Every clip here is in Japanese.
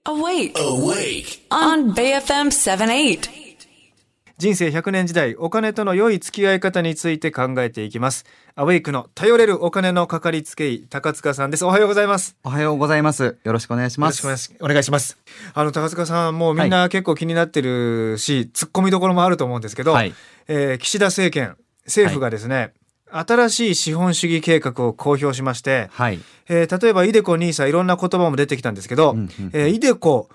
Awake. Awake. On BFM 78. 人生100年時代、お金との良い付き合い方について考えていきます。アウェイクの頼れるお金のかかりつけ医、高塚さんです。おはようございます。 おはようございます。よろしくお願いします。 よろしくお願いします。高塚さん、もうみんな結構気になってるし、突っ込みどころもあると思うんですけど、岸田政府がですね、新しい資本主義計画を公表しまして、例えばイデコ NISA いろんな言葉も出てきたんですけど、イデコ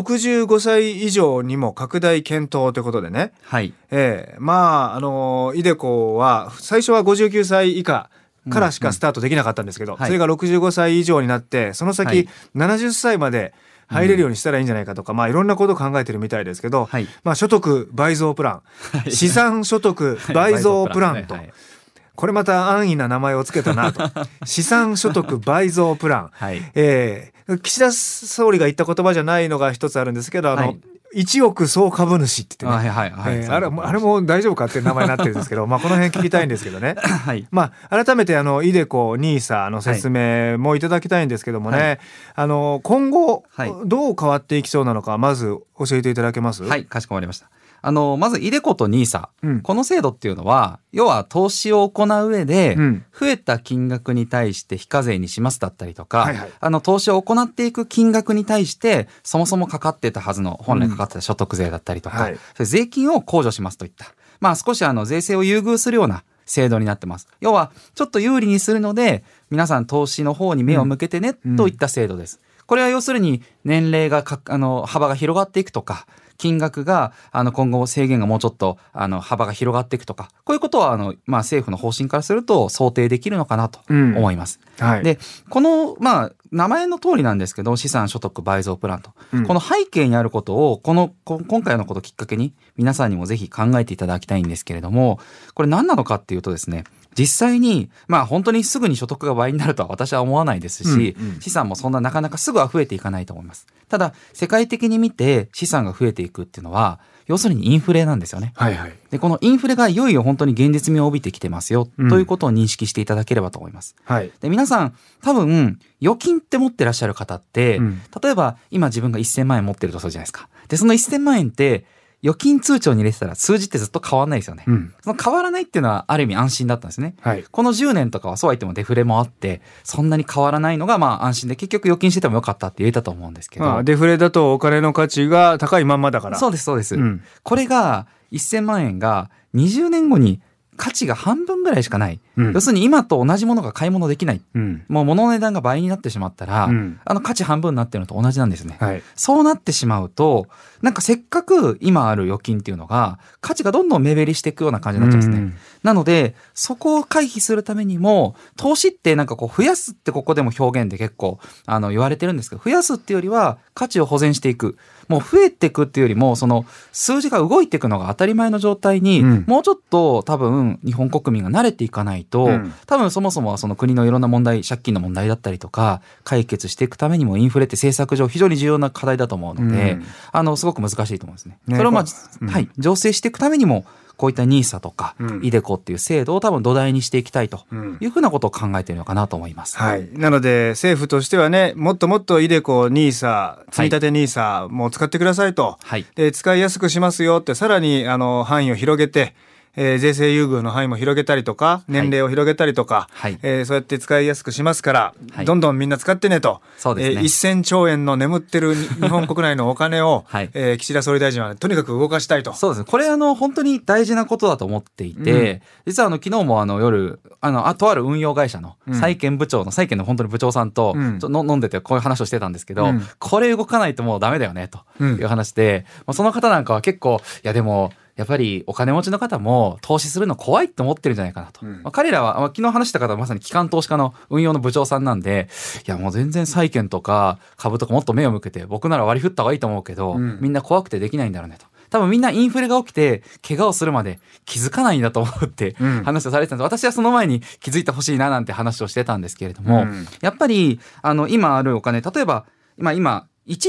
65歳以上にも拡大検討ということでね、イデコは最初は59歳以下からしかスタートできなかったんですけど、それが65歳以上になってその先70歳まで入れるようにしたらいいんじゃないかとか、いろんなことを考えてるみたいですけど、所得倍増プラン、資産所得倍増プランと、これまた安易な名前をつけたなと資産所得倍増プラン、岸田総理が言った言葉じゃないのが一つあるんですけど、1億総株主って言ってね、あれも大丈夫かっていう名前になってるんですけどこの辺聞きたいんですけどね、改めてイデコ NISA の説明もいただきたいんですけどもね、今後どう変わっていきそうなのか、まず教えていただけます？ はい、かしこまりました。まずイデコと NISA、この制度っていうのは要は投資を行う上で、増えた金額に対して非課税にしますだったりとか、投資を行っていく金額に対してそもそもかかってたはずの本来かかってた所得税だったりとか、それ税金を控除しますといった、少し税制を優遇するような制度になってます。要はちょっと有利にするので皆さん投資の方に目を向けてね、といった制度です。これは要するに年齢が幅が広がっていくとか、金額が今後制限がもうちょっと幅が広がっていくとか、こういうことは政府の方針からすると想定できるのかなと思います。でこの名前の通りなんですけど、資産所得倍増プランと、この背景にあることを今回のことをきっかけに皆さんにもぜひ考えていただきたいんですけれども、これ何なのかっていうとですね、実際に本当にすぐに所得が倍になるとは私は思わないですし、資産もそんなかなかすぐは増えていかないと思います。ただ世界的に見て資産が増えていくっていうのは要するにインフレなんですよね。でこのインフレがいよいよ本当に現実味を帯びてきてますよ、ということを認識していただければと思います。で皆さん多分預金って持ってらっしゃる方って、例えば今自分が1000万円持ってるとするじゃないですか。でその1000万円って預金通帳に入れてたら数字ってずっと変わらないですよね。その変わらないっていうのはある意味安心だったんですね。この10年とかはそうは言ってもデフレもあってそんなに変わらないのが安心で、結局預金しててもよかったって言えたと思うんですけど、 デフレだとお金の価値が高いまんまだから。 そうですそうです、これが1000万円が20年後に価値が半分ぐらいしかない、要するに今と同じものが買い物できない、もう物の値段が倍になってしまったら、価値半分になってるのと同じなんですね。そうなってしまうとせっかく今ある預金っていうのが価値がどんどん目減りしていくような感じになっちゃうんですね。なのでそこを回避するためにも投資って増やすってここでも表現で結構言われてるんですけど、増やすっていうよりは価値を保全していく、もう増えていくっていうよりもその数字が動いていくのが当たり前の状態に、もうちょっと多分日本国民が慣れていかないと、多分そもそもはその国のいろんな問題、借金の問題だったりとか解決していくためにもインフレって政策上非常に重要な課題だと思うので、すごく難しいと思うんですね。それを醸成していくためにもこういった NISA とか、イデコっていう制度を多分土台にしていきたいというふうなことを考えているのかなと思います。 なので政府としてはね、もっともっとイデコ NISA、積立 NISA も使ってくださいと、で使いやすくしますよって、さらに範囲を広げて、税制優遇の範囲も広げたりとか、年齢を広げたりとか、そうやって使いやすくしますから、どんどんみんな使ってねと、1000兆円の眠ってる日本国内のお金を、岸田総理大臣はとにかく動かしたいと。 そうですね、これ本当に大事なことだと思っていて、実は昨日も夜とある運用会社の債券部長の債券の本当に部長さんと飲んでてこういう話をしてたんですけど、これ動かないともうダメだよねという話で、その方なんかは結構でもやっぱりお金持ちの方も投資するの怖いって思ってるんじゃないかなと、彼らは昨日話した方はまさに機関投資家の運用の部長さんなんで、いやもう全然債券とか株とかもっと目を向けて僕なら割り振った方がいいと思うけど、みんな怖くてできないんだろうねと。多分みんなインフレが起きて怪我をするまで気づかないんだと思うって話をされてたんです。私はその前に気づいてほしいななんて話をしてたんですけれども、やっぱり今あるお金、例えば今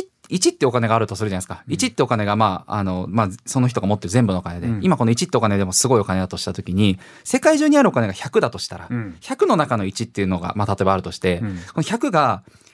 1ってお金があるとするじゃないですか。1ってお金がその人が持ってる全部のお金で、今この1ってお金でもすごいお金だとしたときに、世界中にあるお金が100だとしたら、100の中の1っていうのが例えばあるとして、この100が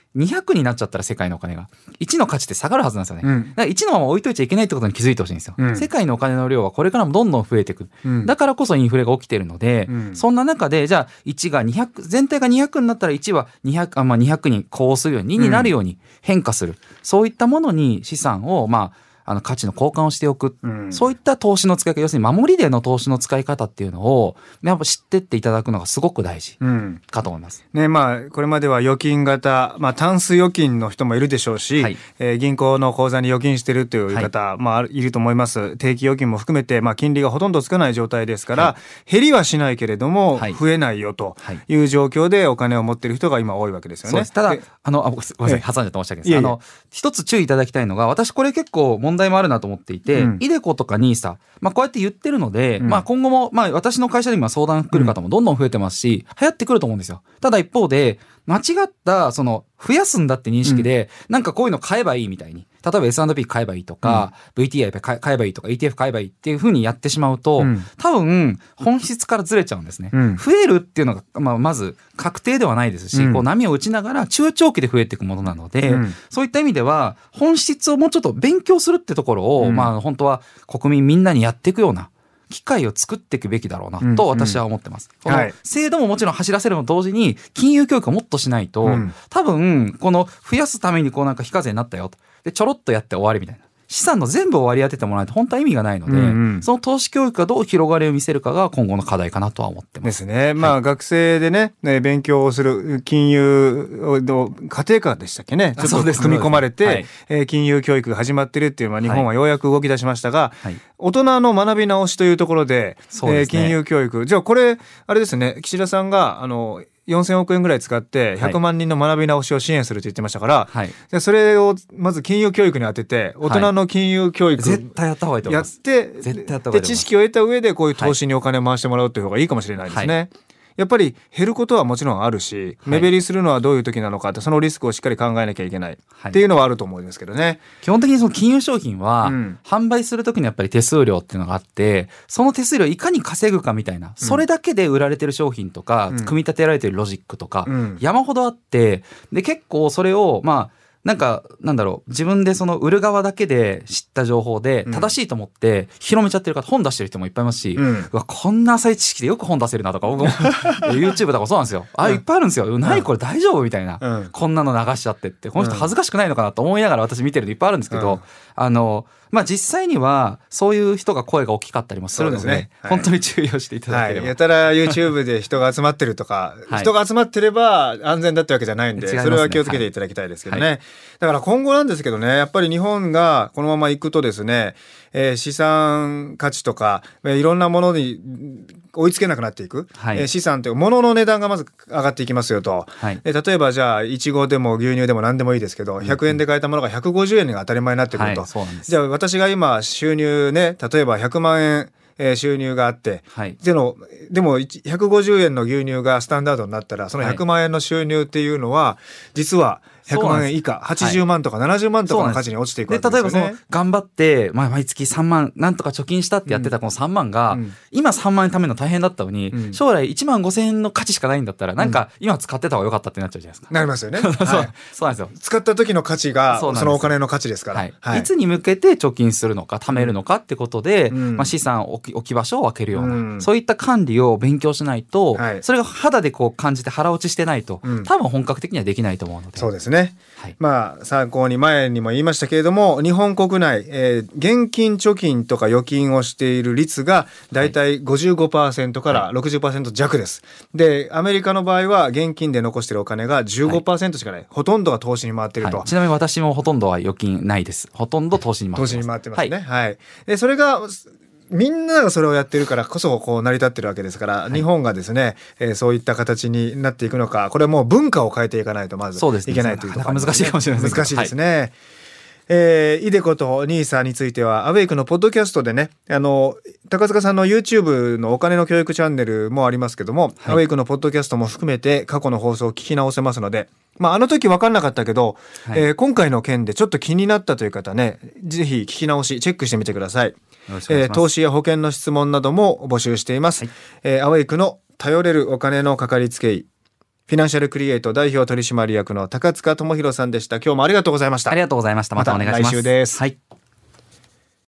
200になっちゃったら世界のお金が1の価値って下がるはずなんですよね、だから1のまま置いといちゃいけないってことに気づいてほしいんですよ、世界のお金の量はこれからもどんどん増えていく、だからこそインフレが起きてるので、そんな中でじゃあ1が200全体が200になったら1は200にこうするように2になるように変化する、そういったものに資産を価値の交換をしておく、そういった投資の使い方、要するに守りでの投資の使い方っていうのをやっぱ知ってっていただくのがすごく大事かと思います、 これまでは預金型、タンス預金の人もいるでしょうし、銀行の口座に預金してるという方、いると思います。定期預金も含めて、金利がほとんどつかない状態ですから、減りはしないけれども、増えないよという状況でお金を持っている人が今多いわけですよね。 ただごめんなさい、挟んじゃって申し訳ないです。一つ注意いただきたいのが、私これ結構問題もあるなと思っていて、iDeCoとか NISA、こうやって言ってるので、今後も、私の会社で今相談来る方もどんどん増えてますし、流行ってくると思うんですよ。ただ一方で間違った増やすんだって認識で、なんかこういうの買えばいいみたいに、例えば S&P 買えばいいとか、VTI 買えばいいとか ETF 買えばいいっていう風にやってしまうと、多分本質からずれちゃうんですね、増えるっていうのが、まず確定ではないですし、こう波を打ちながら中長期で増えていくものなので、そういった意味では本質をもうちょっと勉強するってところを、本当は国民みんなにやっていくような機会を作っていくべきだろうなと私は思ってます、この制度ももちろん走らせるのと同時に金融教育をもっとしないと、多分この増やすためになんか非課税になったよと、でちょろっとやって終わりみたいな、資産の全部を割り当ててもらないと本当は意味がないので、その投資教育がどう広がりを見せるかが今後の課題かなとは思ってます。 ですね。学生でね、勉強をする金融の家庭科でしたっけね、ちょっと組み込まれて、金融教育が始まってるっていう、日本はようやく動き出しましたが、大人の学び直しというところで、金融教育、じゃあこれあれですね、岸田さんが4000億円ぐらい使って100万人の学び直しを支援するって言ってましたから、でそれをまず金融教育に当てて、大人の金融教育絶対やった方がいいと思います。 で知識を得た上でこういう投資にお金を回してもらうという方がいいかもしれないですね。やっぱり減ることはもちろんあるし、目減りするのはどういう時なのかって、そのリスクをしっかり考えなきゃいけないっていうのはあると思うんですけどね。 基本的にその金融商品は、販売する時にやっぱり手数料っていうのがあって、その手数料をいかに稼ぐかみたいな、それだけで売られてる商品とか、組み立てられてるロジックとか、山ほどあって、で結構それを自分でその売る側だけで知った情報で正しいと思って広めちゃってる方、本出してる人もいっぱいいますし、こんな浅い知識でよく本出せるなとか、僕もYouTube とかもそうなんですよ。いっぱいあるんですよ。何これ大丈夫みたいな、こんなの流しちゃってって、この人恥ずかしくないのかなと思いながら私見てるのいっぱいあるんですけど、実際にはそういう人が声が大きかったりもするので、本当に注意をしていただければ。 やたら YouTube で人が集まってるとか、人が集まってれば安全だってわけじゃないんで、それは気をつけていただきたいですけどね。だから今後なんですけどね、やっぱり日本がこのまま行くとですね、資産価値とかいろんなものに追いつけなくなっていく、資産という物の値段がまず上がっていきますよと、例えばじゃあいちごでも牛乳でも何でもいいですけど、100円で買えたものが150円が当たり前になってくると、じゃあ私が今収入ね、例えば100万円収入があって、でも150円の牛乳がスタンダードになったら、その100万円の収入っていうのは実は100万円以下、80万とか70万とかの価値に落ちていくわけですよね。 例えば頑張って、毎月3万なんとか貯金したってやってたこの3万が、今3万円貯めるの大変だったのに、将来1万5,000円の価値しかないんだったら、なんか今使ってた方が良かったってなっちゃうじゃないですか。 なりますよね。 そうなんですよ。 使った時の価値がそのお金の価値ですから、 いつに向けて貯金するのか貯めるのかってことで、資産置き場所を分けるような、そういった管理を勉強しないと、それが肌でこう感じて腹落ちしてないと、多分本格的にはできないと思うので。 そうですね。参考に前にも言いましたけれども、日本国内、現金貯金とか預金をしている率がだいたい 55% から 60% 弱です。でアメリカの場合は現金で残しているお金が 15% しかない、ほとんどが投資に回っていると。 ちなみに私もほとんどは預金ないです。ほとんど投資に回ってますね。でそれがみんながそれをやってるからこそこう成り立ってるわけですから、日本がですね、そういった形になっていくのか、これはもう文化を変えていかないとまずいけないというところ、 難しいかもしれないです。 難しいですね。iDeCoと NISA についてはアウェイクのポッドキャストでね、高塚さんの YouTube のお金の教育チャンネルもありますけども、アウェイクのポッドキャストも含めて過去の放送を聞き直せますので、あの時分かんなかったけど、今回の件でちょっと気になったという方ね、ぜひ聞き直しチェックしてみてください。投資や保険の質問なども募集しています。アウェイクの頼れるお金のかかりつけ医、 フィナンシャルクリエイト代表取締役の高塚智博さんでした。今日もありがとうございました。 ありがとうございました。またお願いします。 また来週です。 はい。